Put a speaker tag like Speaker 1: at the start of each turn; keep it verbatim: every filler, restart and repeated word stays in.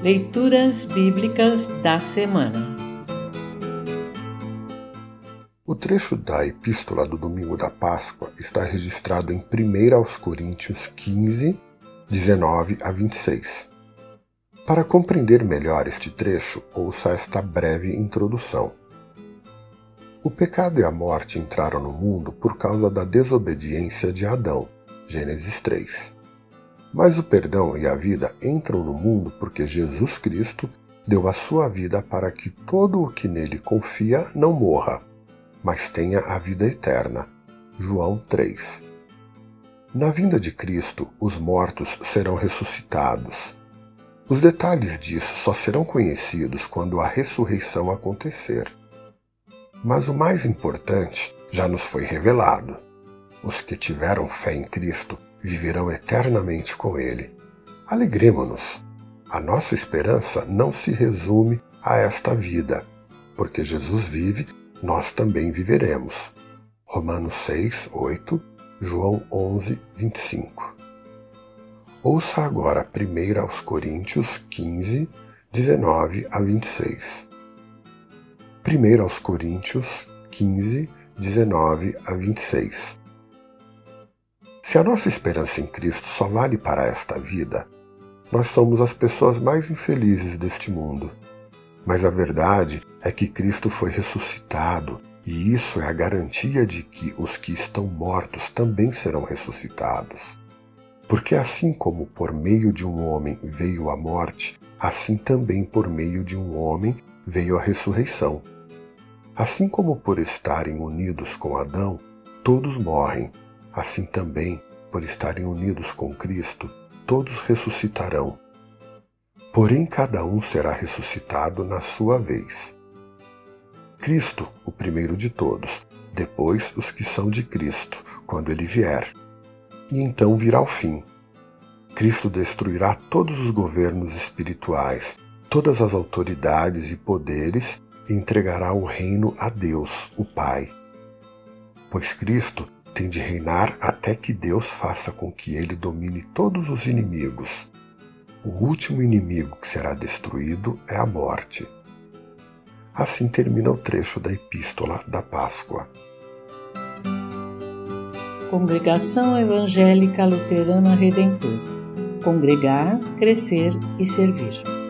Speaker 1: Leituras Bíblicas da Semana.
Speaker 2: O trecho da Epístola do Domingo da Páscoa está registrado em primeira aos Coríntios quinze, dezenove a vinte e seis. Para compreender melhor este trecho, ouça esta breve introdução. O pecado e a morte entraram no mundo por causa da desobediência de Adão, Gênesis três. Mas o perdão e a vida entram no mundo porque Jesus Cristo deu a sua vida para que todo o que nele confia não morra, mas tenha a vida eterna. João três. Na vinda de Cristo, os mortos serão ressuscitados. Os detalhes disso só serão conhecidos quando a ressurreição acontecer. Mas o mais importante já nos foi revelado. Os que tiveram fé em Cristo viverão eternamente com Ele. Alegremo-nos. A nossa esperança não se resume a esta vida, porque Jesus vive, nós também viveremos. Romanos seis, oito, João onze, vinte e cinco. Ouça agora primeira aos Coríntios quinze, dezenove a vinte e seis. primeira aos Coríntios quinze, dezenove a vinte e seis. Se a nossa esperança em Cristo só vale para esta vida, nós somos as pessoas mais infelizes deste mundo. Mas a verdade é que Cristo foi ressuscitado, e isso é a garantia de que os que estão mortos também serão ressuscitados. Porque assim como por meio de um homem veio a morte, assim também por meio de um homem veio a ressurreição. Assim como por estarem unidos com Adão, todos morrem, assim também, por estarem unidos com Cristo, todos ressuscitarão. Porém, cada um será ressuscitado na sua vez. Cristo, o primeiro de todos, depois os que são de Cristo, quando ele vier. E então virá o fim. Cristo destruirá todos os governos espirituais, todas as autoridades e poderes, e entregará o reino a Deus, o Pai. Pois Cristo tem de reinar até que Deus faça com que ele domine todos os inimigos. O último inimigo que será destruído é a morte. Assim termina o trecho da Epístola da Páscoa.
Speaker 1: Congregação Evangélica Luterana Redentor. Congregar, crescer e servir.